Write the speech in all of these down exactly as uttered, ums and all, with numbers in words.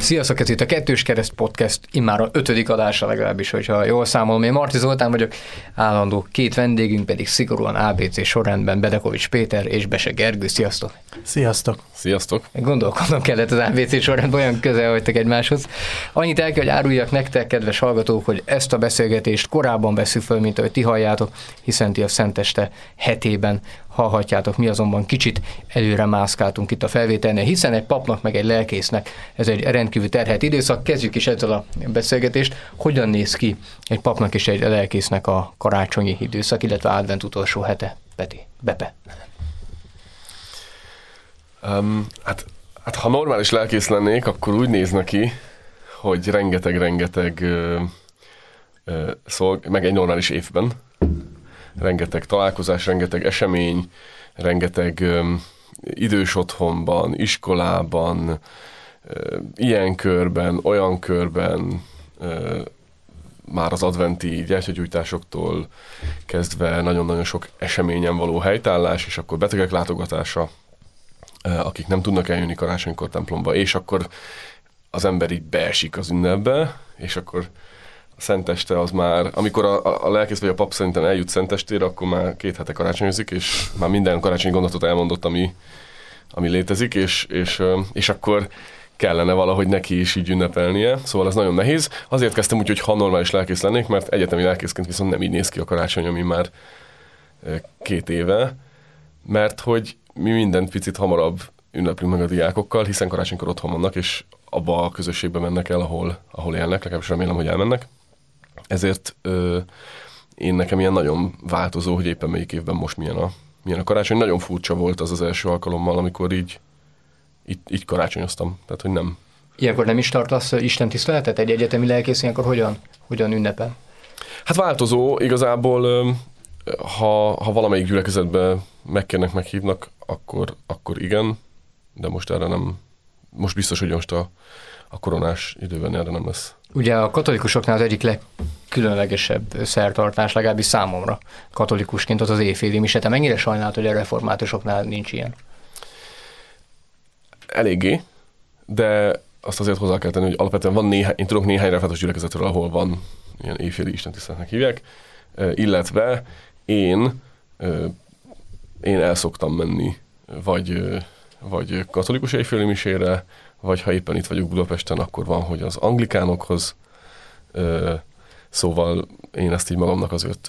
Sziasztok, ez itt a Kettős Kereszt Podcast, immár a ötödik adása legalábbis, hogyha jól számolom. Én Marti Zoltán vagyok, állandó két vendégünk pedig szigorúan á bé cé sorrendben Bedekovics Péter és Bese Gergő. Sziasztok! Sziasztok! Sziasztok! Gondolkodnom kellett az á bé cé sorrendben, olyan közel vagytok egymáshoz. Annyit el kell, hogy áruljak nektek, kedves hallgatók, hogy ezt a beszélgetést korábban veszük föl, mint ahogy ti halljátok, hiszen ti a Szenteste hetében hallhatjátok, mi azonban kicsit előre mászkáltunk itt a felvételnél, hiszen egy papnak meg egy lelkésznek ez egy rendkívül terhelt időszak. Kezdjük is ezzel a beszélgetést. Hogyan néz ki egy papnak és egy lelkésznek a karácsonyi időszak, illetve advent utolsó hete? Peti, Bepe. Um, hát, hát ha normális lelkész lennék, akkor úgy néz neki, hogy rengeteg-rengeteg uh, uh, szolg, meg egy normális évben, rengeteg találkozás, rengeteg esemény, rengeteg um, idős otthonban, iskolában, uh, ilyen körben, olyan körben, uh, már az adventi gyertyagyújtásoktól kezdve nagyon-nagyon sok eseményen való helytállás, és akkor betegek látogatása, uh, akik nem tudnak eljönni karácsonykor templomba, és akkor az ember így beesik az ünnepbe, és akkor a Szenteste az már, amikor a, a lelkész vagy a pap szerintem eljut Szentestére, akkor már két hete karácsonyozik, és már minden karácsonyi gondolatot elmondott, ami, ami létezik, és, és, és akkor kellene valahogy neki is így ünnepelnie. Szóval ez nagyon nehéz. Azért kezdtem úgy, hogy ha normális lelkész lennék, mert egyetemi lelkészként viszont nem így néz ki a karácsony, ami már két éve, mert hogy mi mindent picit hamarabb ünneplünk meg a diákokkal, hiszen karácsonykor otthon vannak, és abba a közösségbe mennek el, ahol, ahol élnek, legalábbis remélem, hogy elmennek. Ezért ö, én nekem ilyen nagyon változó, hogy éppen melyik évben most milyen a, milyen a karácsony. Nagyon furcsa volt az az első alkalommal, amikor így, így, így karácsonyoztam. Tehát, hogy nem. Ilyenkor nem is tartasz Isten tiszteletet? Egy egyetemi lelkész ilyenkor hogyan, hogyan ünnepel? Hát változó. Igazából ha, ha valamelyik gyülekezetbe megkérnek, meghívnak, akkor, akkor igen, de most erre nem. Most biztos, hogy most a, a koronás időben erre nem lesz. Ugye a katolikusoknál az egyik legkülönlegesebb szertartás, legalábbis számomra katolikusként, az az éjféli mise. Te mennyire sajnálod, hogy a reformátusoknál nincs ilyen? Eléggé, de azt azért hozzá kell tenni, hogy alapvetően van néhány, én tudok néhány református gyülekezetről, ahol van ilyen éjféli istentiszteletnek hívják, illetve én, én el szoktam menni, vagy vagy katolikus éjféli misére, vagy ha éppen itt vagyok Budapesten, akkor van, hogy az anglikánokhoz. Szóval én ezt így magamnak azért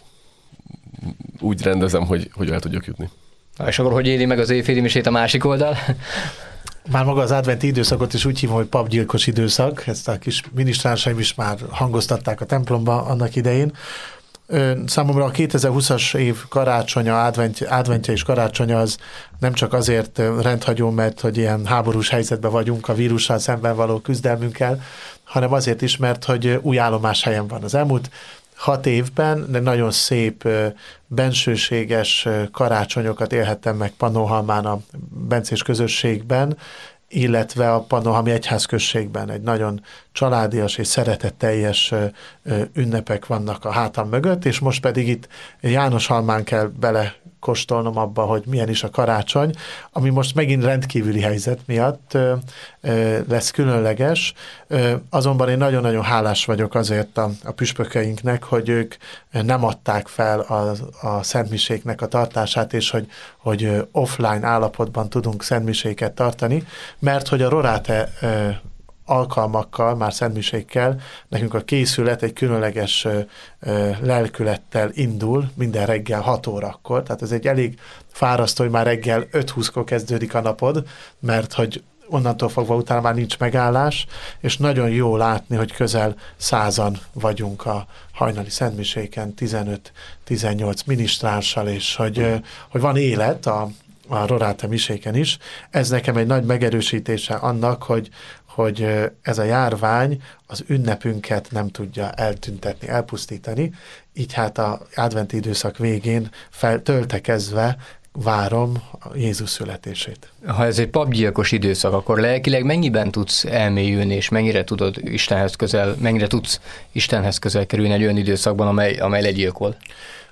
úgy rendezem, hogy, hogy el tudjak jutni. Na, és akkor hogy éli meg az éjféli misét a másik oldal? Már maga az adventi időszakot is úgy hívom, hogy papgyilkos időszak. Ezt a kis minisztránsaim is már hangoztatták a templomba annak idején. Számomra a kétezer-húszas év karácsonya, advent, adventje és karácsonya az nem csak azért rendhagyó, mert hogy ilyen háborús helyzetben vagyunk a vírussal szemben való küzdelmünkkel, hanem azért is, mert hogy új állomáshelyen van. Az elmúlt hat évben nagyon szép, bensőséges karácsonyokat élhettem meg Pannonhalmán a bencés közösségben, illetve a Pannonhalmi egyházközségben egy nagyon családias és szeretetteljes ünnepek vannak a hátam mögött, és most pedig itt Jánoshalmán kell belekóstolnom abba, hogy milyen is a karácsony, ami most megint rendkívüli helyzet miatt lesz különleges, azonban én nagyon-nagyon hálás vagyok azért a, a püspökeinknek, hogy ők nem adták fel a, a szentmiséknek a tartását, és hogy, hogy offline állapotban tudunk szentmiséket tartani, mert hogy a Rorate alkalmakkal, már szentmisékkel nekünk a készület egy különleges ö, ö, lelkülettel indul minden reggel hat órakor, tehát ez egy elég fárasztó, hogy már reggel öt húszkor kezdődik a napod, mert hogy onnantól fogva utána már nincs megállás, és nagyon jó látni, hogy közel százan vagyunk a hajnali szentmiséken, tizenöt-tizennyolc minisztránssal, és hogy, ö, hogy van élet a a Rorate miséken is. Ez nekem egy nagy megerősítése annak, hogy, hogy ez a járvány az ünnepünket nem tudja eltüntetni, elpusztítani, így hát az adventi időszak végén fel, töltekezve várom Jézus születését. Ha ez egy papgyilkos időszak, akkor lelkileg mennyiben tudsz elmélyülni, és mennyire tudod Istenhez közel, mennyire tudsz Istenhez közel kerülni egy olyan időszakban, amely, amely legyilkol?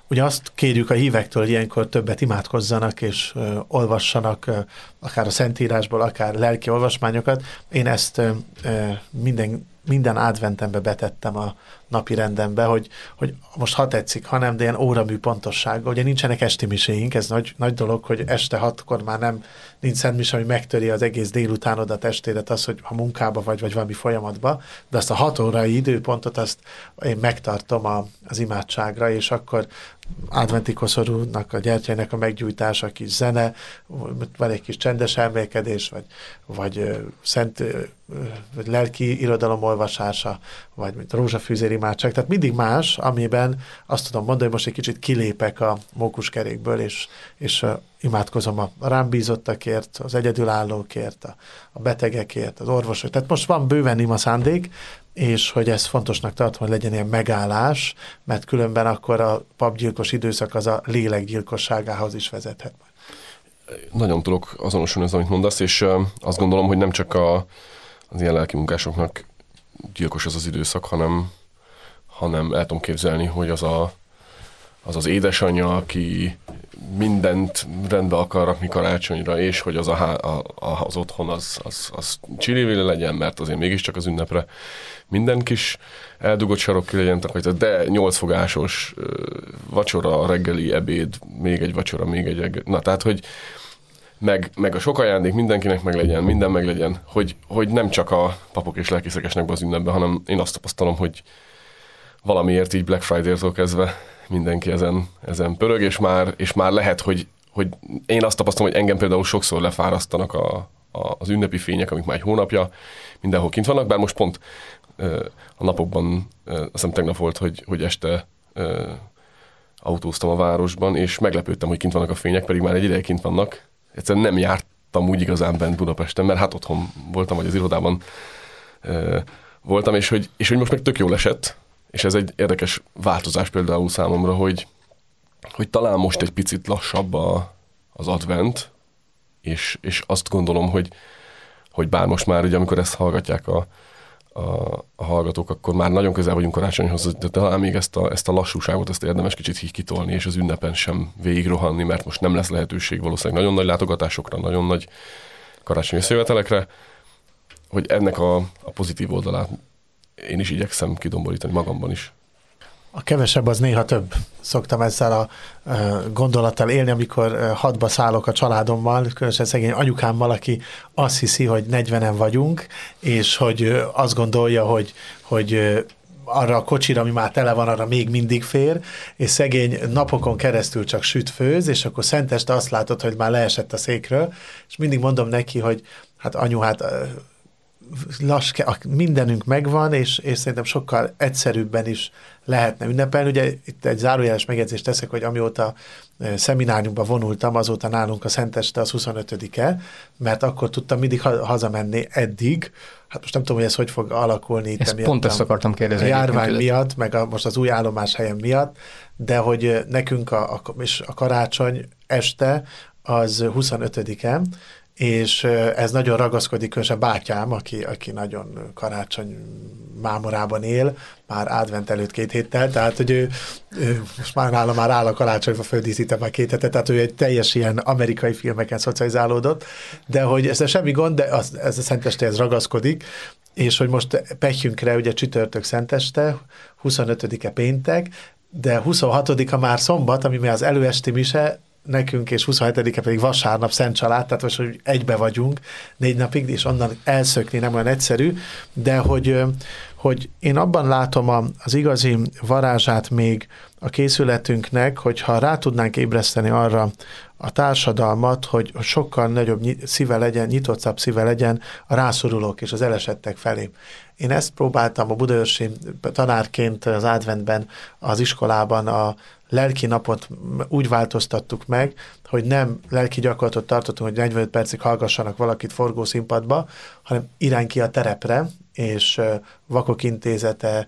ugye azt kérjük a hívektől, hogy ilyenkor többet imádkozzanak, és ö, olvassanak ö, akár a Szentírásból, akár lelki olvasmányokat. Én ezt ö, ö, minden, minden adventembe betettem a napi rendembe, hogy, hogy most ha tetszik, ha nem, de ilyen óramű pontossággal. Ugye nincsenek esti miséink, ez nagy, nagy dolog, hogy este hatkor már nem nincs szent mise, hogy megtöri az egész délutánodat, estédet, az, hogy ha munkába vagy, vagy valami folyamatba, de azt a hat órai időpontot, azt én megtartom a, az imádságra, és akkor adventi koszorúnak, a gyertyának a meggyújtása, a kis zene, van egy kis csendes elmélkedés, vagy, vagy ö, szent ö, vagy lelki irodalom olvasása, vagy mint rózsafűzér imádság. Tehát mindig más, amiben azt tudom mondani, hogy most egy kicsit kilépek a mókuskerékből, és, és uh, imádkozom a rám bízottakért, az egyedülállókért, a, a betegekért, az orvosok. Tehát most van bőven ima szándék, és hogy ez fontosnak tartom, hogy legyen ilyen megállás, mert különben akkor a papgyilkos időszak az a lélekgyilkosságához is vezethet. Nagyon tudok azonosulni az, amit mondasz, és uh, azt gondolom, hogy nem csak a, az ilyen lelki munkásoknak gyilkos az az időszak, hanem, hanem el tudom képzelni, hogy az, a, az az édesanyja, aki mindent rendbe akar rakni karácsonyra, és hogy az, a, a, a, az otthon az, az, az csili legyen, mert azért mégiscsak az ünnepre minden kis eldugott sarok ki legyen takarítva, de nyolcfogásos vacsora, reggeli, ebéd, még egy vacsora, még egy reggeli. Na, tehát, hogy meg, meg a sok ajándék mindenkinek meg legyen, minden meg legyen, hogy, hogy nem csak a papok és lelkészek esnek be az ünnepbe, hanem én azt tapasztalom, hogy valamiért így Black Friday-től kezdve mindenki ezen, ezen pörög, és már, és már lehet, hogy, hogy én azt tapasztalom, hogy engem például sokszor lefárasztanak a, a, az ünnepi fények, amik már egy hónapja mindenhol kint vannak, bár most pont a napokban, azt hiszem tegnap volt, hogy, hogy este autóztam a városban, és meglepődtem, hogy kint vannak a fények, pedig már egy ideje kint vannak. Egyszerűen nem jártam úgy igazán bent Budapesten, mert hát otthon voltam, vagy az irodában voltam, és hogy, és hogy most meg tök jól esett, és ez egy érdekes változás például számomra, hogy, hogy talán most egy picit lassabb a, az advent, és, és azt gondolom, hogy, hogy bár most már, ugye, amikor ezt hallgatják a, a, a hallgatók, akkor már nagyon közel vagyunk karácsonyhoz, de talán még ezt a, ezt a lassúságot, ezt érdemes kicsit így kitolni, és az ünnepen sem végigrohanni, mert most nem lesz lehetőség valószínűleg nagyon nagy látogatásokra, nagyon nagy karácsonyi összejövetelekre, hogy ennek a, a pozitív oldalát én is igyekszem kidomborítani magamban is. A kevesebb az néha több. Szoktam ezzel a uh, gondolattal élni, amikor uh, hadba szállok a családommal, különösen szegény anyukámmal, aki azt hiszi, hogy negyvenen vagyunk, és hogy uh, azt gondolja, hogy, hogy uh, arra a kocsira, ami már tele van, arra még mindig fér, és szegény napokon keresztül csak süt, főz, és akkor szenteste azt látod, hogy már leesett a székről, és mindig mondom neki, hogy hát anyu, hát uh, lass, mindenünk megvan, és, és szerintem sokkal egyszerűbben is lehetne ünnepelni. Ugye itt egy zárójeles megjegyzést teszek, hogy amióta szemináriumba vonultam, azóta nálunk a szenteste az huszonötödike, mert akkor tudtam mindig hazamenni eddig. Hát most nem tudom, hogy ez hogy fog alakulni itt. Ezt pont ezt akartam kérdezni. A járvány miatt, meg a, most az új állomáshelyen miatt, de hogy nekünk a, a, és a karácsony este az huszonötödike, és ez nagyon ragaszkodik, különösen bátyám, aki, aki nagyon karácsony mámorában él, már advent előtt két héttel, tehát hogy ő, ő most már nála már áll a karácsonyfa, földíszítem már két hetet, tehát ő egy teljes ilyen amerikai filmeken szocializálódott, de hogy ez semmi gond, de az, ez a szentestéhez ragaszkodik, és hogy most pekjünkre ugye csütörtök szenteste, huszonötödike péntek, de huszonhatodika már szombat, ami az előesti mise, nekünk, és huszonhetedike pedig vasárnap Szent Család, tehát most, hogy egybe vagyunk négy napig, és onnan elszökni nem olyan egyszerű, de hogy, hogy én abban látom az igazi varázsát még a készületünknek, hogyha rá tudnánk ébreszteni arra a társadalmat, hogy sokkal nagyobb szíve legyen, nyitottabb szíve legyen a rászorulók és az elesettek felé. Én ezt próbáltam a budaörsi tanárként az adventben az iskolában a lelki napot úgy változtattuk meg, hogy nem lelki gyakorlatot tartottunk, hogy negyvenöt percig hallgassanak valakit forgószínpadba, hanem irány ki a terepre, és Vakok Intézete,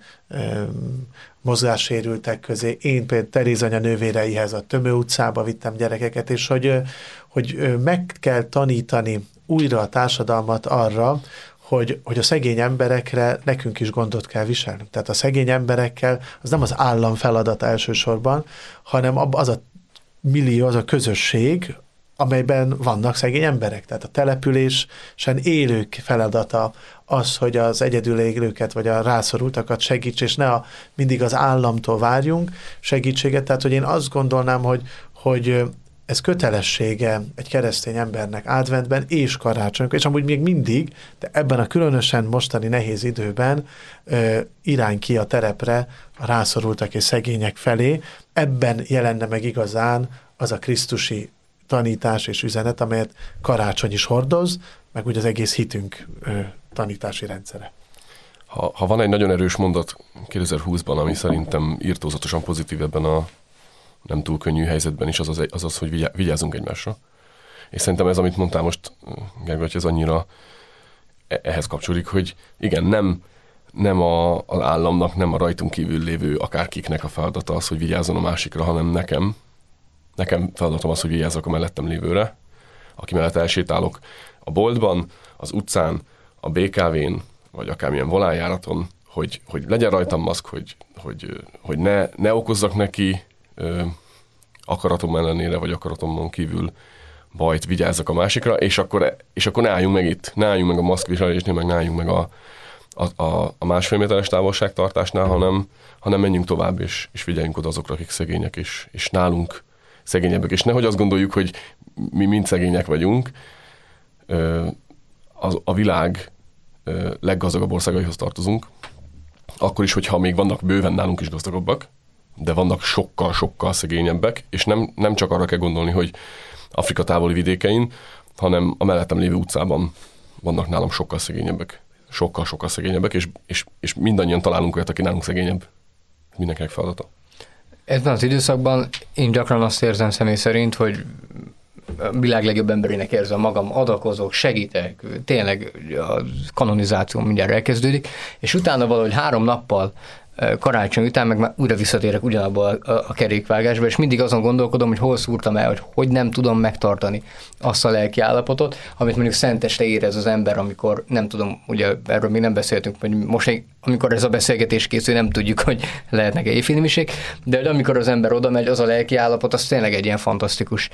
mozgássérültek közé, én például Teréz anya nővéreihez a Tömő utcába vittem gyerekeket, és hogy, hogy meg kell tanítani újra a társadalmat arra, hogy, hogy a szegény emberekre nekünk is gondot kell viselnünk. Tehát a szegény emberekkel az nem az állam feladata elsősorban, hanem az a millió, az a közösség, amelyben vannak szegény emberek. Tehát a településen élők feladata az, hogy az egyedül élőket vagy a rászorultakat segíts, és ne a, mindig az államtól várjunk segítséget. Tehát, hogy én azt gondolnám, hogy, hogy ez kötelessége egy keresztény embernek adventben és karácsonykor, és amúgy még mindig, de ebben a különösen mostani nehéz időben ö, irány ki a terepre a rászorultak és szegények felé. Ebben jelenne meg igazán az a krisztusi tanítás és üzenet, amelyet karácsony is hordoz, meg úgy az egész hitünk ö, tanítási rendszere. Ha, ha van egy nagyon erős mondat kétezer-húszban, ami szerintem irtózatosan pozitív ebben a nem túl könnyű helyzetben is, az az, az, az hogy vigyázzunk egymásra. És szerintem ez, amit mondtál most, Gergely, ez annyira ehhez kapcsolódik, hogy igen, nem, nem a, az államnak, nem a rajtunk kívül lévő akárkiknek a feladata az, hogy vigyázzon a másikra, hanem nekem. Nekem feladatom az, hogy vigyázzak a mellettem lévőre, aki mellett elsétálok a boltban, az utcán, a bé ká vén, vagy akármilyen volánjáraton, hogy, hogy legyen rajtam maszk, hogy, hogy, hogy ne, ne okozzak neki ö, akaratom ellenére, vagy akaratomon kívül bajt, vigyázzak a másikra, és akkor, és akkor ne álljunk meg itt, ne álljunk meg a maszkviselésnél, meg ne álljunk meg a, a, a, a másfél méteres távolságtartásnál, hanem, hanem menjünk tovább, és, és figyeljünk oda azokra, akik szegények, és, és nálunk szegényebbek. És nehogy azt gondoljuk, hogy mi mind szegények vagyunk, az, a világ leggazdagabb országaihoz tartozunk, akkor is, hogyha még vannak bőven nálunk is gazdagabbak, de vannak sokkal-sokkal szegényebbek, és nem, nem csak arra kell gondolni, hogy Afrika távoli vidékein, hanem a mellettem lévő utcában vannak nálam sokkal szegényebbek. Sokkal-sokkal szegényebbek, és, és, és mindannyian találunk olyat, aki nálunk szegényebb. Mindenkinek feladata. Ebben az időszakban én gyakran azt érzem személy szerint, hogy a világ legjobb emberének érzem magam, adakozok, segítek, tényleg a kanonizáció mindjárt elkezdődik, és utána valahogy három nappal karácsony után meg már újra visszatérek ugyanabba a, a kerékvágásba, és mindig azon gondolkodom, hogy hol szúrtam el, hogy hogy nem tudom megtartani azt a lelki állapotot, amit mondjuk szenteste érez az ember, amikor nem tudom, ugye erről még nem beszéltünk, hogy most, amikor ez a beszélgetés készül, nem tudjuk, hogy lehetnek-e éjfélmiség, de amikor az ember oda megy, az a lelki állapot, az tényleg egy ilyen fantasztikus,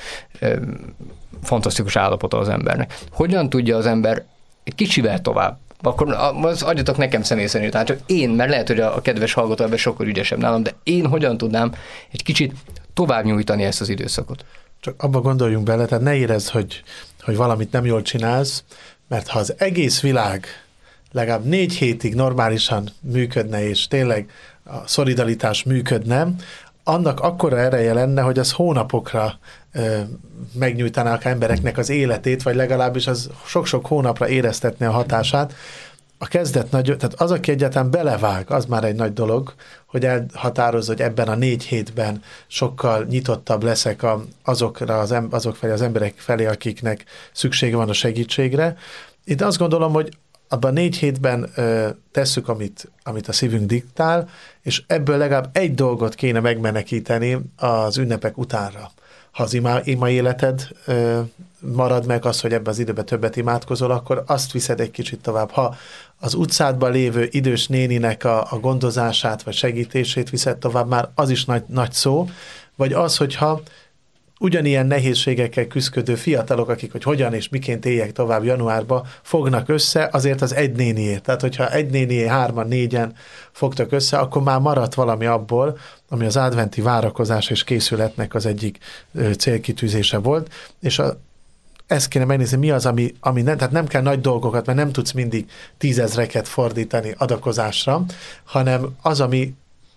fantasztikus állapota az embernek. Hogyan tudja az ember egy kicsivel tovább? Akkor az adjatok nekem személy szerint. Tehát csak én, mert lehet, hogy a kedves hallgató ebben sokkal ügyesebb nálam, de én hogyan tudnám egy kicsit tovább nyújtani ezt az időszakot? Csak abba gondoljunk bele, tehát ne érezd, hogy, hogy valamit nem jól csinálsz, mert ha az egész világ legalább négy hétig normálisan működne, és tényleg a szolidaritás működne, annak akkora ereje lenne, hogy az hónapokra ö, megnyújtaná a embereknek az életét, vagy legalábbis az sok-sok hónapra éreztetné a hatását. A kezdet nagy, tehát az, aki egyáltalán belevág, az már egy nagy dolog, hogy elhatározza, hogy ebben a négy hétben sokkal nyitottabb leszek a, azokra az, em, azok felé, az emberek felé, akiknek szüksége van a segítségre. Itt azt gondolom, hogy abban a négy hétben ö, tesszük, amit, amit a szívünk diktál, és ebből legalább egy dolgot kéne megmenekíteni az ünnepek utánra. Ha az ima, ima életed ö, marad meg az, hogy ebben az időben többet imádkozol, akkor azt viszed egy kicsit tovább. Ha az utcádban lévő idős néninek a, a gondozását vagy segítését viszed tovább, már az is nagy, nagy szó, vagy az, hogyha ugyanilyen nehézségekkel küzdködő fiatalok, akik, hogy hogyan és miként éljek tovább januárba, fognak össze azért az egy néniért. Tehát, hogyha egy nénié hárman, négyen fogtak össze, akkor már maradt valami abból, ami az adventi várakozás és készületnek az egyik ö, célkitűzése volt, és a, ezt kéne megnézni, mi az, ami, ami nem, tehát nem kell nagy dolgokat, mert nem tudsz mindig tízezreket fordítani adakozásra, hanem az, ami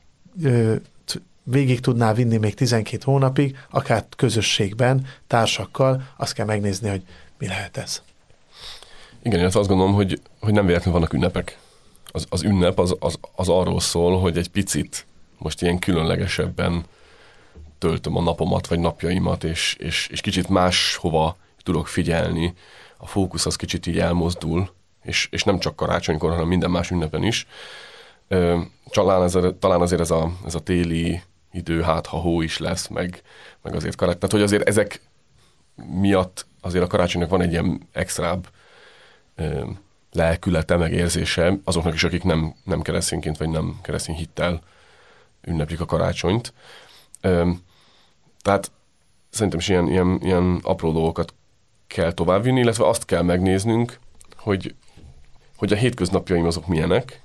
ö, végig tudná vinni még tizenkét hónapig, akár közösségben, társakkal, azt kell megnézni, hogy mi lehet ez. Igen, én azt gondolom, hogy, hogy nem véletlenül vannak ünnepek. Az, az ünnep az, az, az arról szól, hogy egy picit most ilyen különlegesebben töltöm a napomat, vagy napjaimat, és, és, és kicsit máshova tudok figyelni. A fókusz az kicsit így elmozdul, és, és nem csak karácsonykor, hanem minden más ünnepen is. Talán, ez, talán azért ez a, ez a téli idő, hát ha hó is lesz, meg, meg azért karácsony. Tehát, hogy azért ezek miatt azért a karácsonynak van egy ilyen extrább ö, lelkülete, meg érzése azoknak is, akik nem, nem keresztényként, vagy nem keresztény hittel ünneplik a karácsonyt. Tehát szerintem is ilyen, ilyen, ilyen apró dolgokat kell továbbvinni, illetve azt kell megnéznünk, hogy, hogy a hétköznapjaim azok milyenek,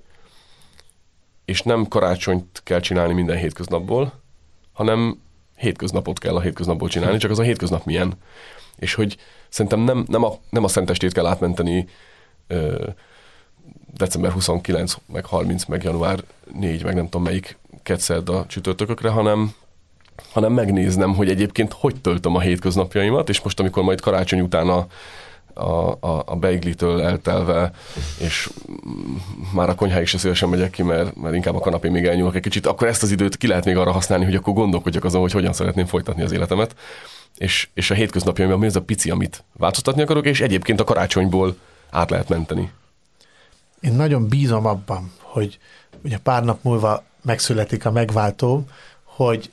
és nem karácsonyt kell csinálni minden hétköznapból, hanem hétköznapot kell a hétköznapból csinálni, csak az a hétköznap milyen. És hogy szerintem nem, nem, a, nem a szentestét kell átmenteni ö, december huszonkilenc, meg harminc, meg január négy, meg nem tudom melyik kedszerd csütörtökökre, hanem, hanem megnéznem, hogy egyébként hogy töltöm a hétköznapjaimat, és most, amikor majd karácsony után a, a, a, a beiglitől eltelve, és már a konyháig se szívesen megyek ki, mert, mert inkább a kanapén még elnyúlok egy kicsit, akkor ezt az időt ki lehet még arra használni, hogy akkor gondolkodjak azon, hogy hogyan szeretném folytatni az életemet. És, és a hétköznapjaimban mi az a pici, amit változtatni akarok, és egyébként a karácsonyból át lehet menteni. Én nagyon bízom abban, hogy ugye pár nap múlva megszületik a megváltó, hogy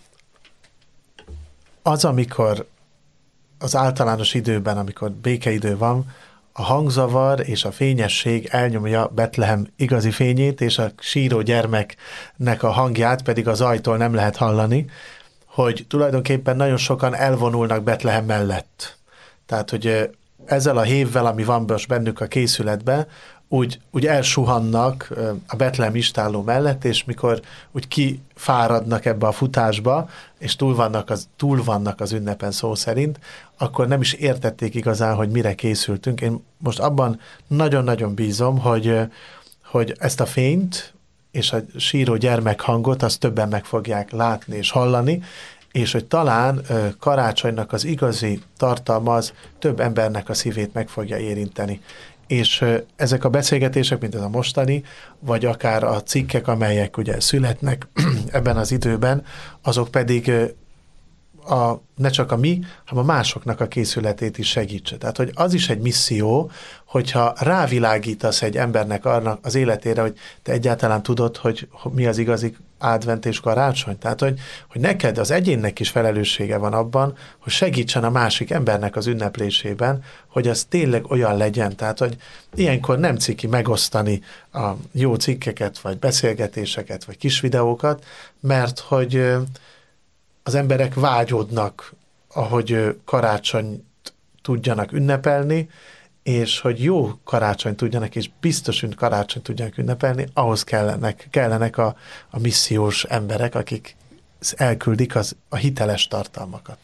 az, amikor az általános időben, amikor békeidő van, a hangzavar és a fényesség elnyomja Betlehem igazi fényét, és a síró gyermeknek a hangját pedig az ajtól nem lehet hallani, hogy tulajdonképpen nagyon sokan elvonulnak Betlehem mellett. Tehát, hogy ezzel a hévvel, ami van most bennük a készületben, úgy, úgy elsuhannak a Betlehem istálló mellett, és mikor úgy kifáradnak ebbe a futásba, és túl vannak az, túl vannak az ünnepen szó szerint, akkor nem is értették igazán, hogy mire készültünk. Én most abban nagyon-nagyon bízom, hogy, hogy ezt a fényt és a síró gyermekhangot azt többen meg fogják látni és hallani, és hogy talán karácsonynak az igazi tartalma az több embernek a szívét meg fogja érinteni. És ezek a beszélgetések, mint ez a mostani, vagy akár a cikkek, amelyek ugye születnek ebben az időben, azok pedig a, ne csak a mi, hanem a másoknak a készületét is segítse. Tehát, hogy az is egy misszió, hogyha rávilágítasz egy embernek annak az életére, hogy te egyáltalán tudod, hogy mi az igazi advent és karácsony. Tehát, hogy, hogy neked, az egyénnek is felelőssége van abban, hogy segítsen a másik embernek az ünneplésében, hogy az tényleg olyan legyen. Tehát, hogy ilyenkor nem ciki megosztani a jó cikkeket, vagy beszélgetéseket, vagy kis videókat, mert hogy az emberek vágyódnak, ahogy karácsonyt tudjanak ünnepelni, és hogy jó karácsonyt tudjanak, és biztos, hogy karácsonyt tudjanak ünnepelni, ahhoz kellenek, kellenek a, a missziós emberek, akik elküldik az, a hiteles tartalmakat.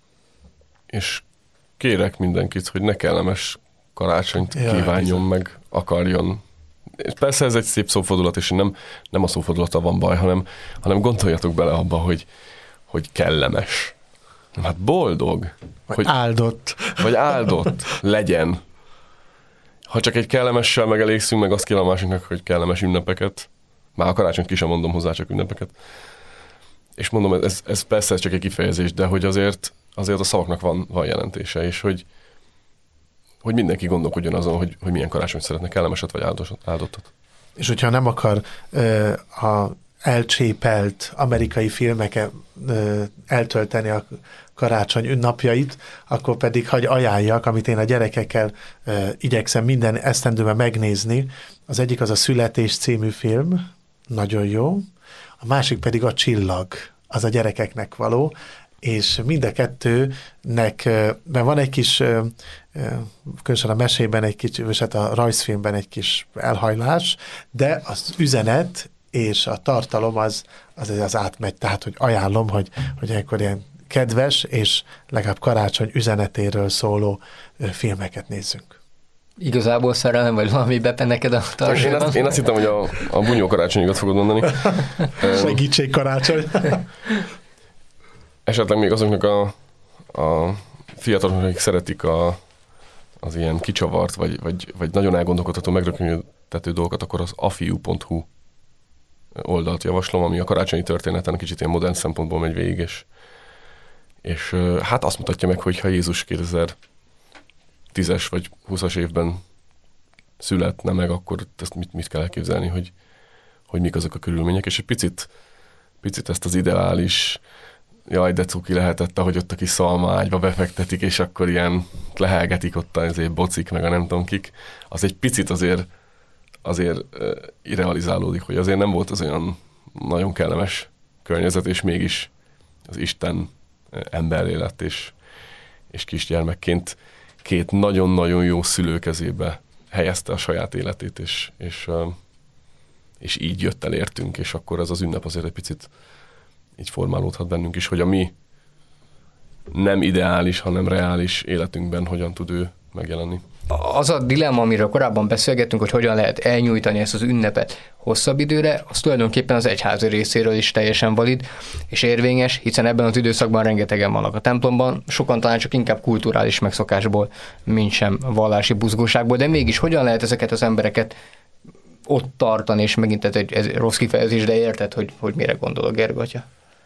És kérek mindenkit, hogy ne kellemes karácsonyt ja, kívánjon, meg akarjon. És persze ez egy szép szófordulat, és nem, nem a szófordulata van baj, hanem, hanem gondoljatok bele abba, hogy hogy kellemes. Hát boldog. Vagy hogy, áldott. Vagy áldott legyen. Ha csak egy kellemessel megelégszünk, meg azt kér a másiknak, hogy kellemes ünnepeket. Már a karácsonyt ki sem mondom hozzá, csak ünnepeket. És mondom, ez, ez persze ez csak egy kifejezés, de hogy azért, azért a szavaknak van, van jelentése, és hogy, hogy mindenki gondolkodjon azon, hogy, hogy milyen karácsonyt szeretne, kellemeset vagy áldottat. És hogyha nem akar uh, a elcsépelt amerikai filmeket ö, eltölteni a karácsony ünnapjait, akkor pedig hagy ajánljak, amit én a gyerekekkel ö, igyekszem minden esztendőben megnézni. Az egyik az a Születés című film, nagyon jó, a másik pedig a Csillag, az a gyerekeknek való, és mind a kettőnek, mert van egy kis, különösen a mesében egy kicsi, és hát a rajzfilmben egy kis elhajlás, de az üzenet és a tartalom az, az, az átmegy. Tehát, hogy ajánlom, hogy, hogy ekkor ilyen kedves és legalább karácsony üzenetéről szóló filmeket nézzünk. Igazából szerelem, vagy valami bepe neked a tartalom? Én azt, én azt hittem, hogy a, a bunyó karácsonyikat fogod mondani. Segítség karácsony. Esetleg még azoknak a, a fiataloknak, akik szeretik a, az ilyen kicsavart, vagy, vagy, vagy nagyon elgondolkodható, megrökönyödtető dolgokat, akkor az afiu pont hu oldalt javaslom, ami a karácsonyi történeten kicsit ilyen modern szempontból megy végig, és, és hát azt mutatja meg, hogy ha Jézus kétezer-tízes vagy húszas évben születne meg, akkor ezt mit, mit kell elképzelni, hogy, hogy mik azok a körülmények, és egy picit, picit ezt az ideális, jaj, de cuki lehetett, ahogy ott a kis szalmaágyba befektetik, és akkor ilyen lehelgetik ott azért bocik, meg a nem tudom kik, az egy picit azért, azért uh, irrealizálódik, hogy azért nem volt az olyan nagyon kellemes környezet, és mégis az Isten emberré lett, és, és kisgyermekként két nagyon-nagyon jó szülő kezébe helyezte a saját életét, és, és, uh, és így jött el értünk, és akkor ez az ünnep azért egy picit így formálódhat bennünk is, hogy a mi nem ideális, hanem reális életünkben hogyan tud ő megjelenni. Az a dilemma, amiről korábban beszélgettünk, hogy hogyan lehet elnyújtani ezt az ünnepet hosszabb időre, az tulajdonképpen az egyházi részéről is teljesen valid és érvényes, hiszen ebben az időszakban rengetegen vannak a templomban, sokan talán csak inkább kulturális megszokásból, mint sem vallási buzgóságból, de mégis hogyan lehet ezeket az embereket ott tartani, és megint ez egy ez rossz kifejezés, de érted, hogy, hogy mire gondolok, Gergő atya?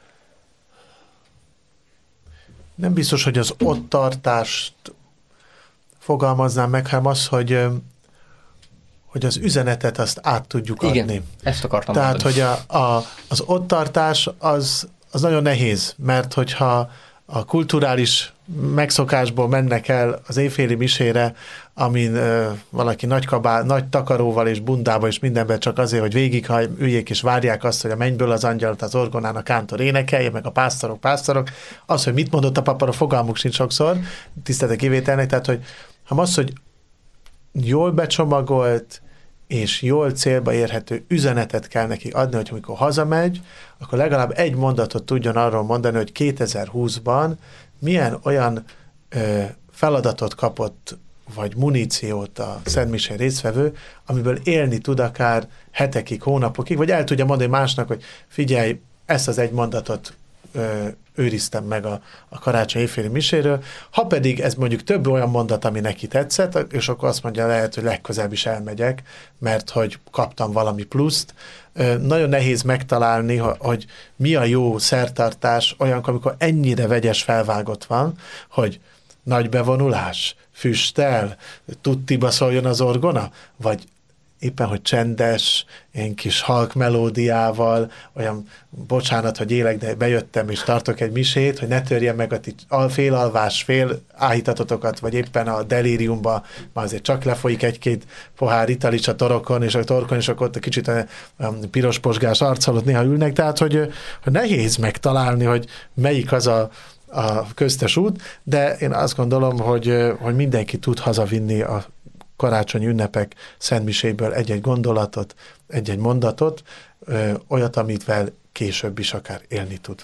Nem biztos, hogy az ott tartást fogalmaznám meg, hanem az, hogy, hogy az üzenetet azt át tudjuk Igen, adni. Ezt akartam Tehát, mondani. hogy a, a, az ott tartás az, az nagyon nehéz, mert hogyha a kulturális megszokásból mennek el az éjféli misére, amin ö, valaki nagy, kabá, nagy takaróval és bundába és mindenben csak azért, hogy végig üljék és várják azt, hogy a mennyből az angyalt az orgonán a kántor énekelje, meg a pásztorok, pásztorok. Az, hogy mit mondott a papára, fogalmuk sincs sokszor, tiszteletek kivételnek, tehát, hogy ha az, hogy jól becsomagolt és jól célba érhető üzenetet kell neki adni, hogy amikor hazamegy, akkor legalább egy mondatot tudjon arról mondani, hogy kétezer-húszban milyen olyan ö, feladatot kapott, vagy muníciót a szentmisén résztvevő, amiből élni tud akár hetekig, hónapokig, vagy el tudja mondani másnak, hogy figyelj, ezt az egy mondatot ö, őriztem meg a, a karácsony éjféli miséről. Ha pedig ez mondjuk több olyan mondat, ami neki tetszett, és akkor azt mondja, lehet, hogy legközelebb is elmegyek, mert hogy kaptam valami pluszt. Nagyon nehéz megtalálni, hogy mi a jó szertartás olyankor, amikor ennyire vegyes felvágott van, hogy nagy bevonulás, füsttel, tuttiba szóljon az orgona, vagy éppen, hogy csendes, ilyen kis halk melódiával, olyan, bocsánat, hogy élek, de bejöttem és tartok egy misét, hogy ne törjen meg a ti félalvás, fél áhítatotokat, vagy éppen a delíriumba, már azért csak lefolyik egy-két pohár ital is a torokon, és a torkon, és akkor ott a kicsit a, a piros posgás arccal ott néha ülnek, tehát, hogy, hogy nehéz megtalálni, hogy melyik az a a köztes út, de én azt gondolom, hogy, hogy mindenki tud hazavinni a karácsonyi ünnepek szentmiséből egy-egy gondolatot, egy-egy mondatot, ö, olyat, amitvel később is akár élni tud.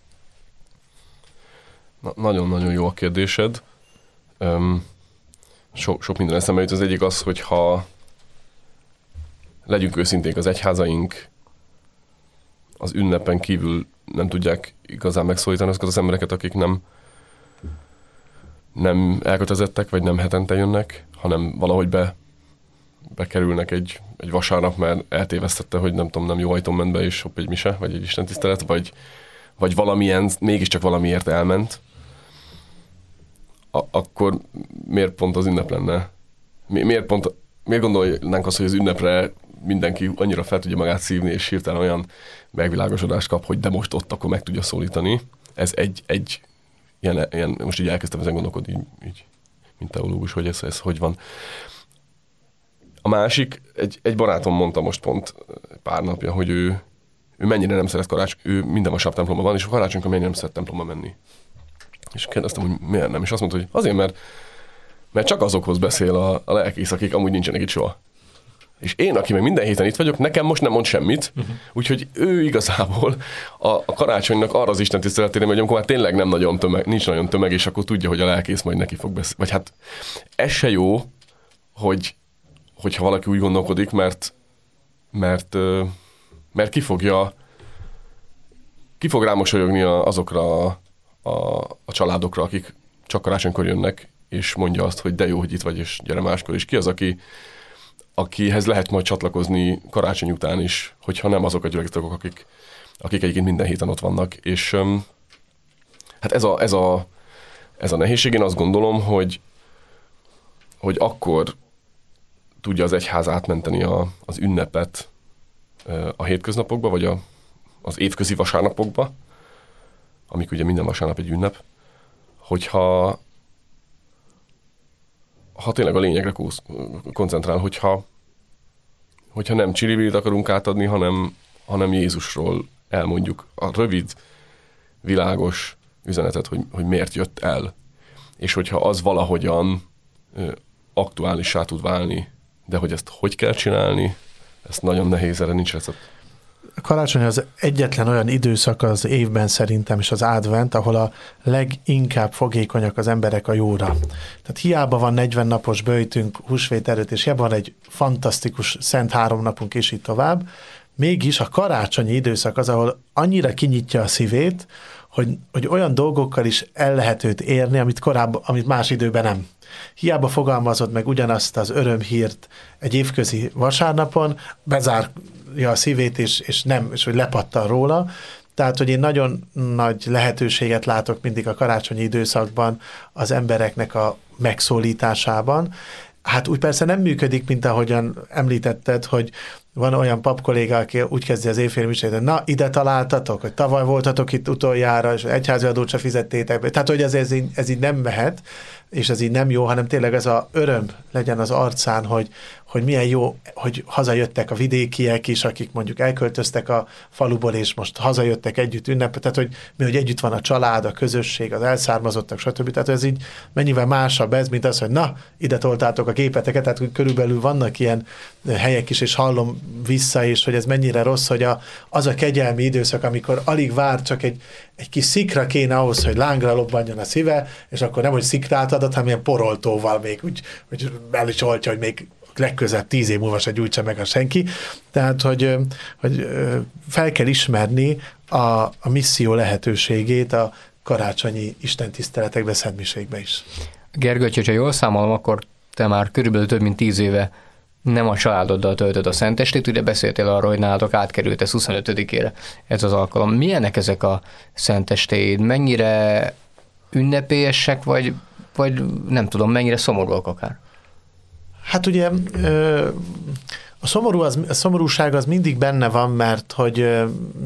Na, nagyon-nagyon jó a kérdésed. Öm, so, sok minden eszembe jut. Az egyik az, hogy ha legyünk őszinték, az egyházaink az ünnepen kívül nem tudják igazán megszólítani azokat az embereket, akik nem, nem elkötelezettek, vagy nem hetente jönnek, hanem valahogy be, bekerülnek egy, egy vasárnap, mert eltévesztette, hogy nem tudom, nem jó ajtón ment be, és hopp egy mise, vagy egy istentisztelet, vagy, vagy valamilyen, mégiscsak valamiért elment, A, akkor miért pont az ünnep lenne? Mi, miért, pont, miért gondolnánk azt, hogy az ünnepre mindenki annyira fel tudja magát szívni, és hirtelen olyan megvilágosodást kap, hogy de most ott akkor meg tudja szólítani. Ez egy, egy ilyen, ilyen, most így elkezdtem ezen gondolkodni, így, így, mint teológus, hogy ez, ez hogy van. A másik, egy, egy barátom mondta most pont pár napja, hogy ő, ő mennyire nem szeret karácsony, ő minden vasárnap templomban van, és a karácsonykor mennyire nem szeret templomba menni. És kérdeztem, hogy miért nem, és azt mondta, hogy azért, mert, mert csak azokhoz beszél a, a lelkész, akik amúgy nincsenek itt soha. És én, aki meg minden héten itt vagyok, nekem most nem mond semmit, uh-huh. Úgyhogy ő igazából a, a karácsonynak arra az Isten tiszteletére, hogy amikor már tényleg nem nagyon tömeg, nincs nagyon tömeg, és akkor tudja, hogy a lelkész majd neki fog beszélni. Vagy hát ez se jó, hogy, hogyha valaki úgy gondolkodik, mert, mert, mert ki fogja, ki fog rámosolyogni azokra a, a, a családokra, akik csak karácsonykor jönnek, és mondja azt, hogy de jó, hogy itt vagy, és gyere máskor. És ki az, aki akihez lehet majd csatlakozni karácsony után is, hogyha nem azok a gyülekezetek, akik, akik egyébként minden héten ott vannak. És um, hát ez a, ez, a, ez a nehézség, én azt gondolom, hogy, hogy akkor tudja az egyház átmenteni a, az ünnepet a hétköznapokba, vagy a, az évközi vasárnapokba, amik ugye minden vasárnap egy ünnep, hogyha ha tényleg a lényegre kósz, koncentrál, hogyha, hogyha nem csilibilit akarunk átadni, hanem, hanem Jézusról elmondjuk a rövid, világos üzenetet, hogy, hogy miért jött el. És hogyha az valahogyan ö, aktuálissá tud válni, de hogy ezt hogy kell csinálni, ezt nagyon nehéz, erre nincs recept. A karácsony az egyetlen olyan időszak az évben szerintem, és az advent, ahol a leginkább fogékonyak az emberek a jóra. Tehát hiába van negyven napos böjtünk, húsvét előtt, és hiába van egy fantasztikus szent három napunk, és így tovább, mégis a karácsonyi időszak az, ahol annyira kinyitja a szívét, hogy, hogy olyan dolgokkal is el lehet őt érni, amit korábban, amit más időben nem. Hiába fogalmazod meg ugyanazt az örömhírt egy évközi vasárnapon, bezárja a szívét, és, és nem, és hogy lepattan róla. Tehát, hogy én nagyon nagy lehetőséget látok mindig a karácsonyi időszakban az embereknek a megszólításában. Hát úgy persze nem működik, mint ahogyan említetted, hogy van olyan papkolléga, aki úgy kezdi az évfél műsorát, hogy na, ide találtatok, hogy tavaly voltatok itt utoljára, és egyházi adót se fizettétek be. Tehát, hogy ez, ez, így, ez így nem mehet, és ez így nem jó, hanem tényleg ez a öröm legyen az arcán, hogy, hogy milyen jó, hogy hazajöttek a vidékiek is, akik mondjuk elköltöztek a faluból, és most hazajöttek együtt ünnep, tehát hogy mi, hogy együtt van a család, a közösség, az elszármazottak, stb. Tehát ez így mennyivel másabb ez, mint az, hogy na, ide toltátok a gépeteket, tehát hogy körülbelül vannak ilyen helyek is, és hallom vissza is, hogy ez mennyire rossz, hogy a, az a kegyelmi időszak, amikor alig vár, csak egy, egy kis szikra kéne ahhoz, hogy lángra lobbanjon a szíve, és akkor nem, hogy szikrát adott, hanem ilyen poroltóval még úgy, hogy el is oltja, hogy még legközelebb tíz év múlva se gyújtsa meg a senki. Tehát, hogy, hogy fel kell ismerni a, a misszió lehetőségét a karácsonyi istentiszteletekbe, szentmiségbe is. Gergő, hogyha jól számolom, akkor te már körülbelül több mint tíz éve nem a családoddal töltöd a szentestét, ugye beszéltél arról, hogy nálatok átkerült ez huszonötödikére ez az alkalom. Milyenek ezek a szentestéid? Mennyire ünnepélyesek, vagy, vagy nem tudom, mennyire szomorúak akár? Hát ugye a, szomorú az, a szomorúság az mindig benne van, mert hogy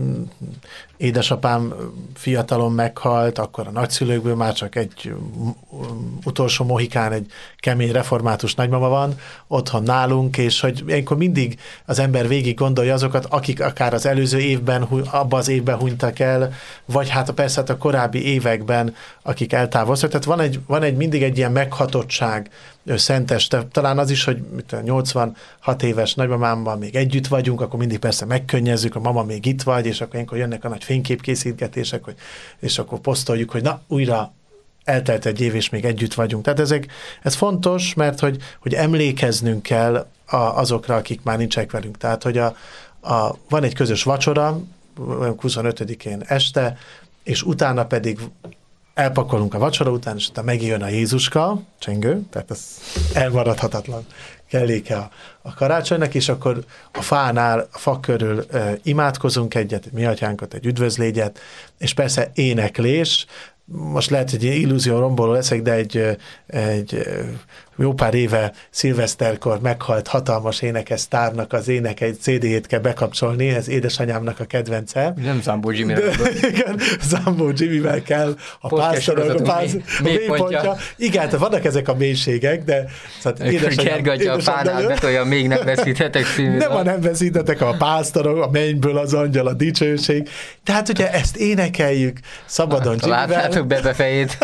édesapám fiatalon meghalt, akkor a nagyszülőkből már csak egy utolsó mohikán, egy kemény református nagymama van otthon nálunk, és hogy ilyenkor mindig az ember végig gondolja azokat, akik akár az előző évben, abban az évben hunytak el, vagy hát persze hát a korábbi években, akik eltávoztak. Tehát van egy, van egy mindig egy ilyen meghatottság szenteste. Talán az is, hogy nyolcvanhat éves nagymamámmal még együtt vagyunk, akkor mindig persze megkönnyezzük, a mama még itt vagy, és akkor ilyenkor jönnek a nagy fényképkészítgetések, hogy, és akkor posztoljuk, hogy na, újra eltelt egy év, és még együtt vagyunk. Tehát ezek, ez fontos, mert hogy, hogy emlékeznünk kell a, azokra, akik már nincsenek velünk. Tehát, hogy a, a, van egy közös vacsora, huszonötödikén este, és utána pedig elpakolunk a vacsora után, és utána megjön a Jézuska, csengő, tehát ez elmaradhatatlan kelléke a, a karácsonynak, és akkor a fánál, a fa körül e, imádkozunk egyet, egy mi atyánkot, egy üdvözlégyet, és persze éneklés. Most lehet, hogy illúzió romboló leszek, de egy, egy jó pár éve szilveszterkor meghalt hatalmas énekesztárnak az éneke, egy cé dé-jét kell bekapcsolni, ez édesanyámnak a kedvence. Nem Zambó Jimmy-re. Igen, Zambó Jimmy-vel kell a pásztorok, a, pász, a mélypontja. Igen, tehát vannak ezek a mélységek, de szóval édesanyám, Gergő, a fánál betolja, még nem veszíthetek című. Nem, ha nem veszíthetek, a pásztorok, a mennyből az angyal, a dicsőség. Tehát, ugye ezt énekeljük szabadon Jimmy-vel. Látjátok Bebe fejét.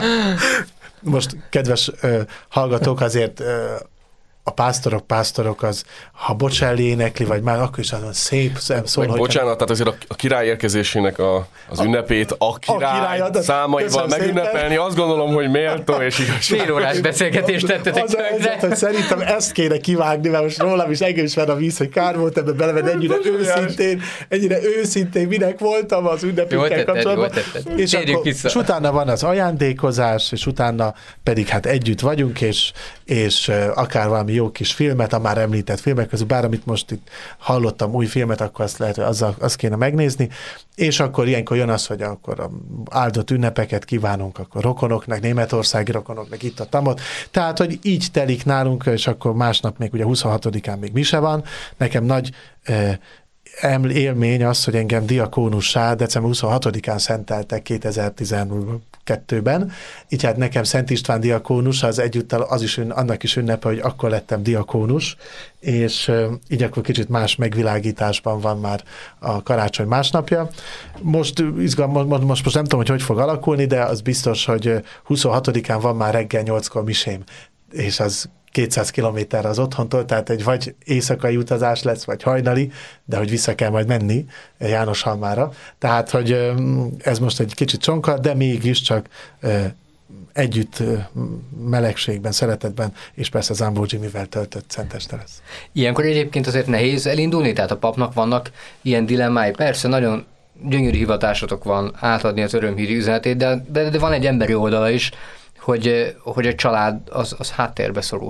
Most, kedves uh, hallgatók, azért uh, a pásztorok, pásztorok az, ha Bocelli énekli, vagy már akkor is azon szép szól. Meg bocsánat, tehát azért a, a király érkezésének a, az ünnepét a király, a király számaival megünnepelni, azt gondolom, hogy méltó és igaz. Fél órás beszélgetést tettetek az helyzet, hogy szerintem ezt kéne kivágni, mert most rólam is engem is ver a víz, hogy kár volt ebben belevenni, ennyire őszintén, ennyire őszintén, minek voltam az ünnepükkel kapcsolatban. És, akkor, és utána van az ajándékozás, és utána pedig hát együtt vagyunk, és, és akár valami jó kis filmet, a már említett filmek közül, bár amit most itt hallottam, új filmet, akkor azt lehet, hogy azzal, azt kéne megnézni, és akkor ilyenkor jön az, hogy akkor áldott ünnepeket kívánunk akkor rokonoknak, németországi rokonoknak, itt a tamot. Tehát, hogy így telik nálunk, és akkor másnap még ugye huszonhatodikán még mise van. Nekem nagy eh, élmény az, hogy engem diakónussá december huszonhatodikán szenteltek kétezer-tizenkettőben, így hát nekem Szent István diakónus, az egyúttal az is, annak is ünnepe, hogy akkor lettem diakónus, és így akkor kicsit más megvilágításban van már a karácsony másnapja. Most izgalmas, most, most nem tudom, hogy hogy fog alakulni, de az biztos, hogy huszonhatodikán van már reggel nyolckor misém, és az kétszáz kilométerre az otthontól, tehát egy vagy éjszakai utazás lesz, vagy hajnali, de hogy vissza kell majd menni Jánoshalmára. Tehát, hogy ez most egy kicsit csonka, de mégiscsak együtt melegségben, szeretetben, és persze Zambó Jimivel töltött szenteste lesz. Ilyenkor egyébként azért nehéz elindulni, tehát a papnak vannak ilyen dilemmái. Persze nagyon gyönyörű hivatásotok van átadni az örömhíri üzenetét, de, de, de van egy emberi oldala is, hogy, hogy a család az, az háttérbe szorul.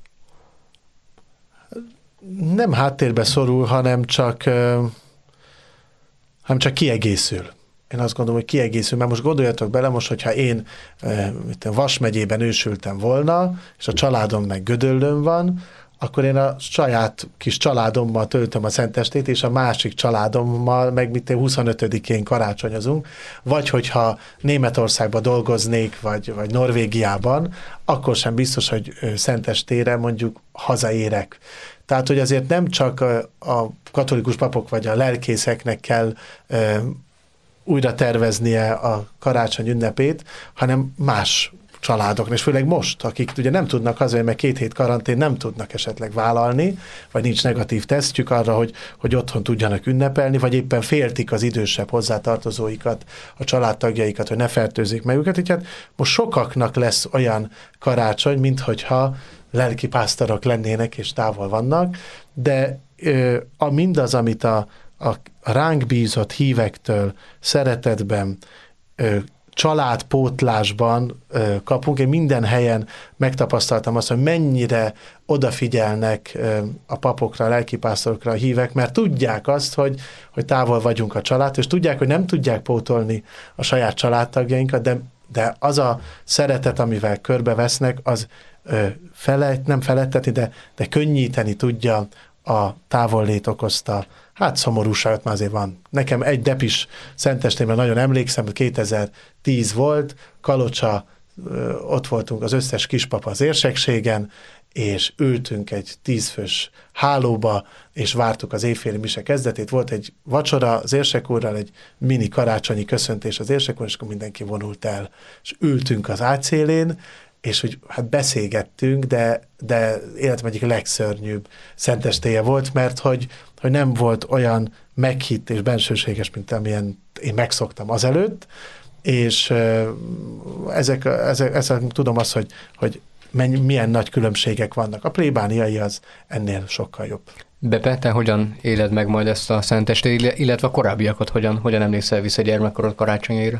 Nem háttérbe szorul, hanem csak, hanem csak kiegészül. Én azt gondolom, hogy kiegészül, mert most gondoljatok bele, most, hogyha én Vas megyében ősültem volna, és a családom meg Gödöllőn van, akkor én a saját kis családommal töltöm a szentestét, és a másik családommal meg mit huszonötödikén karácsonyozunk, vagy hogyha Németországban dolgoznék, vagy, vagy Norvégiában, akkor sem biztos, hogy szentestére mondjuk hazaérek. Tehát, hogy azért nem csak a katolikus papok vagy a lelkészeknek kell újra terveznie a karácsony ünnepét, hanem más családoknak, és főleg most, akik ugye nem tudnak hazajönni, mert két hét karantén nem tudnak esetleg vállalni, vagy nincs negatív tesztjük arra, hogy, hogy otthon tudjanak ünnepelni, vagy éppen féltik az idősebb hozzátartozóikat, a családtagjaikat, hogy ne fertőzzék meg őket. Így hát most sokaknak lesz olyan karácsony, minthogyha lelkipásztorok lennének és távol vannak, de ö, a mindaz, amit a, a ránk bízott hívektől szeretetben, ö, családpótlásban ö, kapunk. Én minden helyen megtapasztaltam azt, hogy mennyire odafigyelnek ö, a papokra, a lelkipásztorokra a hívek, mert tudják azt, hogy, hogy távol vagyunk a család, és tudják, hogy nem tudják pótolni a saját családtagjainkat, de, de az a szeretet, amivel körbevesznek, az ö, felett, nem felettetni, de, de könnyíteni tudja a távollét okozta, hát szomorúságot már azért van. Nekem egy depis szentestében nagyon emlékszem, hogy kétezer-tíz volt, Kalocsa, ott voltunk az összes kispapa az érsekségen, és ültünk egy tízfős hálóba, és vártuk az éjféli mise kezdetét. Volt egy vacsora az érsek úrral, egy mini karácsonyi köszöntés az érsek úr, és akkor mindenki vonult el. És ültünk az ágyszélén, és hogy hát beszélgettünk, de, de életem egyik legszörnyűbb szentestéje volt, mert hogy, hogy nem volt olyan meghitt és bensőséges, mint amilyen én megszoktam azelőtt, és ezek, ezek, ezek tudom azt, hogy, hogy mennyi, milyen nagy különbségek vannak. A plébániai az ennél sokkal jobb. Bepe, te hogyan éled meg majd ezt a szentestét, illetve a korábbiakat hogyan, hogyan emlékszel vissza gyermekkorod karácsonyaira?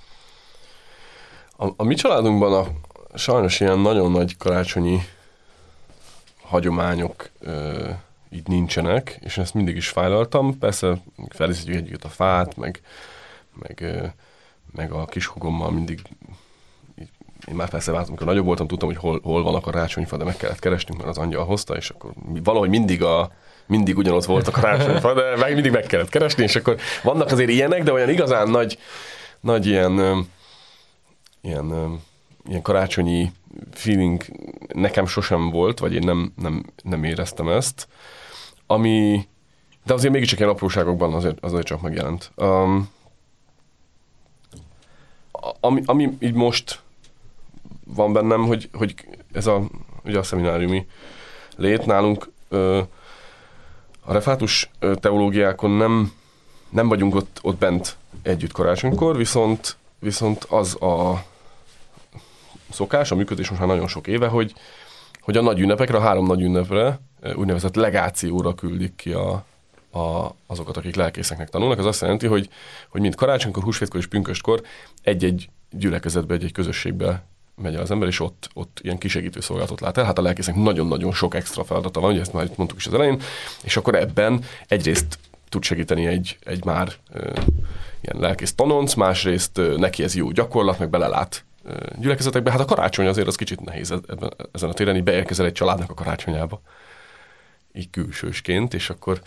A, a mi családunkban a sajnos ilyen nagyon nagy karácsonyi hagyományok ö, így nincsenek, és ezt mindig is fájlaltam. Persze felészítjük együtt a fát, meg, meg, ö, meg a kishúgommal mindig, így, én már persze vártam, amikor nagyobb voltam, tudtam, hogy hol, hol van a karácsonyfa, de meg kellett keresnünk, mert az angyal hozta, és akkor valahogy mindig a mindig ugyanott volt a karácsonyfa, de meg mindig meg kellett keresni, és akkor vannak azért ilyenek, de olyan igazán nagy, nagy ilyen, ö, ilyen ö, ilyen karácsonyi feeling nekem sosem volt, vagy én nem, nem, nem éreztem ezt, ami, de azért mégiscsak ilyen apróságokban azért, azért csak megjelent. Um, ami, ami így most van bennem, hogy, hogy ez a, ugye a szemináriumi lét nálunk ö, a refátus teológiákon nem, nem vagyunk ott, ott bent együtt karácsonykor, viszont, viszont az a szokás, a működés most már nagyon sok éve, hogy, hogy a nagy ünnepekre, a három nagy ünnepre úgynevezett legációra küldik ki a, a, azokat, akik lelkészeknek tanulnak. Ez azt jelenti, hogy, hogy mind karácsonykor, húsvétkor és pünköstkor egy-egy gyülekezetbe, egy-egy közösségbe megy el az ember, és ott, ott ilyen kisegítő szolgálatot lát el. Hát a lelkésznek nagyon-nagyon sok extra feladata van, ugye ezt már itt mondtuk is az elején, és akkor ebben egyrészt tud segíteni egy, egy már e, ilyen lelkész tanonc, másrészt e, neki ez jó gyakorlat, meg belelát gyülekezetekben. Hát a karácsony azért az kicsit nehéz ebben, ezen a téren, így beérkezel egy családnak a karácsonyába, így külsősként, és akkor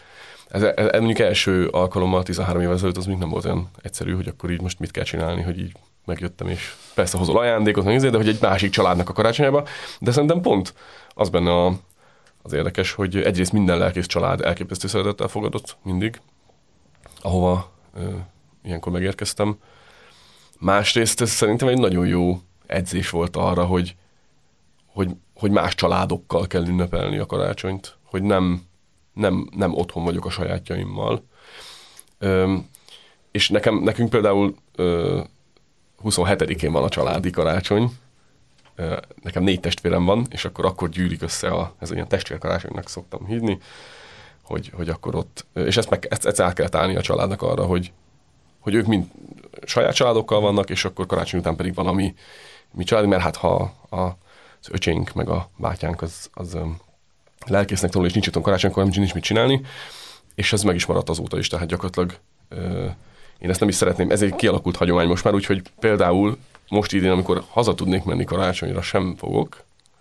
ez, ez mondjuk első alkalommal tizenhárom évvel ezelőtt az még nem volt olyan egyszerű, hogy akkor így most mit kell csinálni, hogy így megjöttem, és persze hozol ajándékot, meg azért, de hogy egy másik családnak a karácsonyába, de szerintem pont az benne a, az érdekes, hogy egyrészt minden lelkész család elképesztő szeretettel fogadott mindig, ahova ö, ilyenkor megérkeztem. Másrészt ez szerintem egy nagyon jó edzés volt arra, hogy, hogy, hogy más családokkal kell ünnepelni a karácsonyt, hogy nem, nem, nem otthon vagyok a sajátjaimmal. Ö, és nekem, nekünk például ö, huszonhetedikén van a családi karácsony, ö, nekem négy testvérem van, és akkor akkor gyűlik össze, a, ez olyan testvérkarácsonynak szoktam hívni, hogy, hogy akkor ott, és ezt, meg, ezt, ezt át kellett állni a családnak arra, hogy, hogy ők mind saját családokkal vannak, és akkor karácsony után pedig valami mi család, mert hát ha a, az öcsénk meg a bátyánk az, az lelkésznek tanul, és nincs otthon karácsonykor, nem nincs mit csinálni, és ez meg is maradt azóta is, tehát gyakorlatilag ö, én ezt nem is szeretném, ez egy kialakult hagyomány most már, úgyhogy például most idén, amikor haza tudnék menni karácsonyra, sem fogok,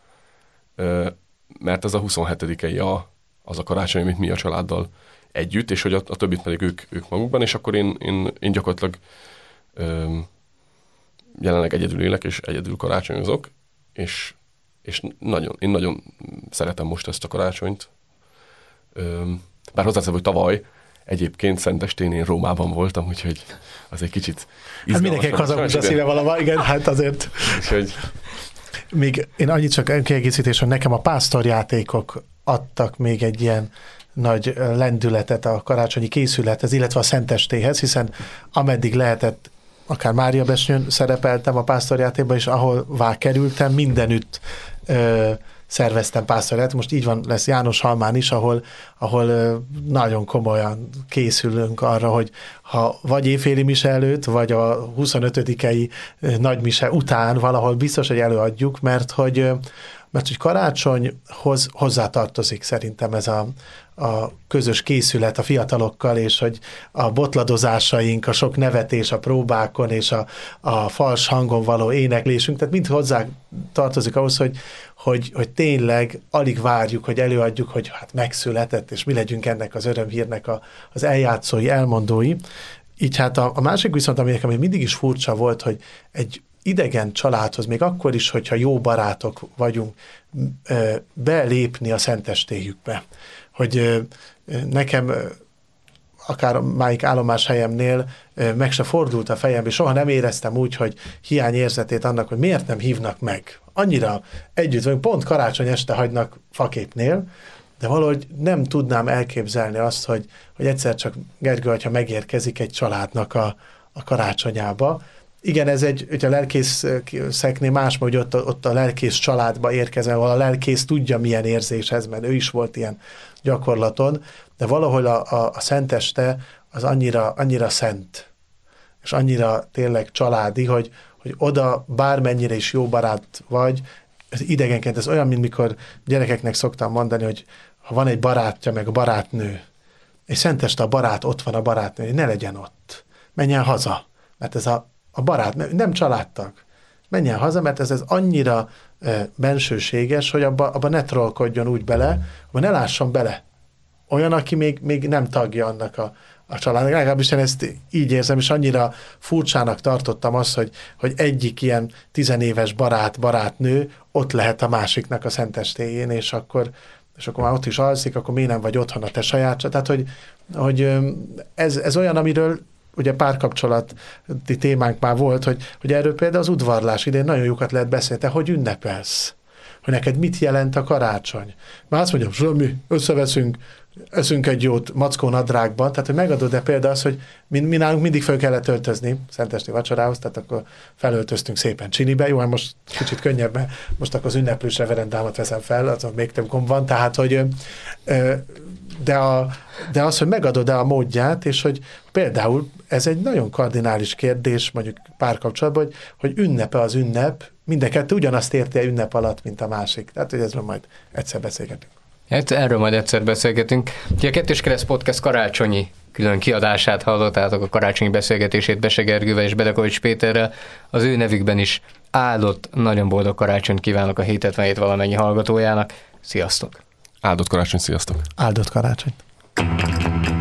ö, mert ez a huszonhetedikei a, az a karácsony, amit mi a családdal együtt, és hogy a, a többit pedig ők, ők magukban, és akkor én, én, én gyakorlatilag ö, jelenleg egyedül élek, és egyedül karácsonyozok, és, és nagyon, én nagyon szeretem most ezt a karácsonyt. Ö, bár hozzáteszem, hogy tavaly egyébként Szentestén én Rómában voltam, úgyhogy az egy kicsit izgalmas. Hát mindenkinek hazahúz a szíve valahol, igen, hát azért. Úgyhogy... Még én annyit csak kiegészítés, hogy nekem a pásztorjátékok adtak még egy ilyen nagy lendületet a karácsonyi készülethez, illetve a Szentestéhez, hiszen ameddig lehetett, akár Mária Besnyőn szerepeltem a pásztorjátékban, és ahová kerültem, mindenütt ö, szerveztem pásztorját. Most így van, lesz Jánoshalmán is, ahol, ahol ö, nagyon komolyan készülünk arra, hogy ha vagy éjféli mise előtt, vagy a huszonötödikei nagymise után valahol biztos, hogy előadjuk, mert hogy, mert hogy karácsonyhoz hozzátartozik szerintem ez a, a közös készület a fiatalokkal, és hogy a botladozásaink, a sok nevetés a próbákon, és a, a fals hangon való éneklésünk, tehát mind hozzá tartozik ahhoz, hogy, hogy, hogy tényleg alig várjuk, hogy előadjuk, hogy hát megszületett, és mi legyünk ennek az örömhírnek a, az eljátszói, elmondói. Így hát a, a másik viszont, ami nekem mindig is furcsa volt, hogy egy idegen családhoz, még akkor is, hogyha jó barátok vagyunk, belépni a szentestéjükbe. Hogy nekem akár máig állomás helyemnél meg se fordult a fejem, és soha nem éreztem úgy, hogy hiányérzetét annak, hogy miért nem hívnak meg. Annyira együtt vagyunk, pont karácsony este hagynak faképnél, de valahogy nem tudnám elképzelni azt, hogy, hogy egyszer csak Gergő atya megérkezik egy családnak a, a karácsonyába. Igen, ez egy, hogy a lelkészeknél más, hogy ott a, ott a lelkész családba érkezem, ahol a lelkész tudja, milyen érzéshez, mert ő is volt ilyen gyakorlaton, de valahol a, a, a szenteste az annyira, annyira szent, és annyira tényleg családi, hogy, hogy oda bármennyire is jó barát vagy, ez idegenként, ez olyan, mint mikor gyerekeknek szoktam mondani, hogy ha van egy barátja, meg a barátnő, és szenteste a barát ott van, a barátnő, ne legyen ott, menjen haza, mert ez a A barát, nem családtag. Menjen haza, mert ez, ez annyira e, bensőséges, hogy abba, abba ne trollkodjon úgy bele, abba ne lásson bele. Olyan, aki még, még nem tagja annak a, a családnak. Legalábbis én ezt így érzem, és annyira furcsának tartottam azt, hogy, hogy egyik ilyen tizenéves barát, barátnő ott lehet a másiknak a szentestéjén, és akkor, és akkor már ott is alszik, akkor miért nem vagy otthon a te saját. Tehát, hogy, hogy ez, ez olyan, amiről ugye párkapcsolati témánk már volt, hogy, hogy erről például az udvarlás idején nagyon jókat lehet beszélni, te hogy ünnepelsz? Hogy neked mit jelent a karácsony? Már azt mondjam, semmi, összeveszünk, eszünk egy jót Mackó nadrágban, tehát hogy megadod-e például azt, hogy mi, mi nálunk mindig fel kellett öltözni szentesti vacsorához, tehát akkor felöltöztünk szépen csinibe, jó, most kicsit könnyebb, mert most akkor az ünneplős reverendámat veszem fel, azon még több gomb van, tehát hogy de, a, de az, hogy megadod-e a módját, és hogy például ez egy nagyon kardinális kérdés, mondjuk párkapcsolatban, hogy, hogy ünnepe az ünnep, mindenkettő ugyanazt érti ünnep alatt, mint a másik. Tehát, hogy ezről majd egyszer beszélgetünk. Hát erről majd egyszer beszélgetünk. Ugye a Kettős Kereszt Podcast karácsonyi külön kiadását hallottátok, a karácsonyi beszélgetését Bese Gergővel és Bedekovics Péterrel. Az ő nevükben is áldott, nagyon boldog karácsonyt kívánok a héthetvenhét valamennyi hallgatójának. Sziasztok! Áldott karácsony, sziasztok! Áldott karácsony!